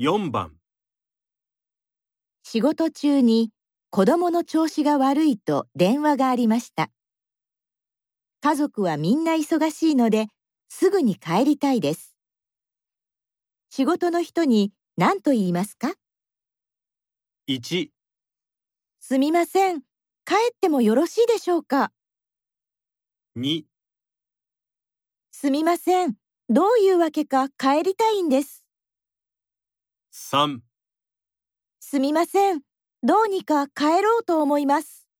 4番。 仕事中に子供の調子が悪いと電話がありました。家族はみんな忙しいのですぐに帰りたいです。仕事の人に何と言いますか？ 1、 すみません。帰ってもよろしいでしょうか？ 2、 すみません。どういうわけか帰りたいんです。 3。 すみません。どうにか帰ろうと思います。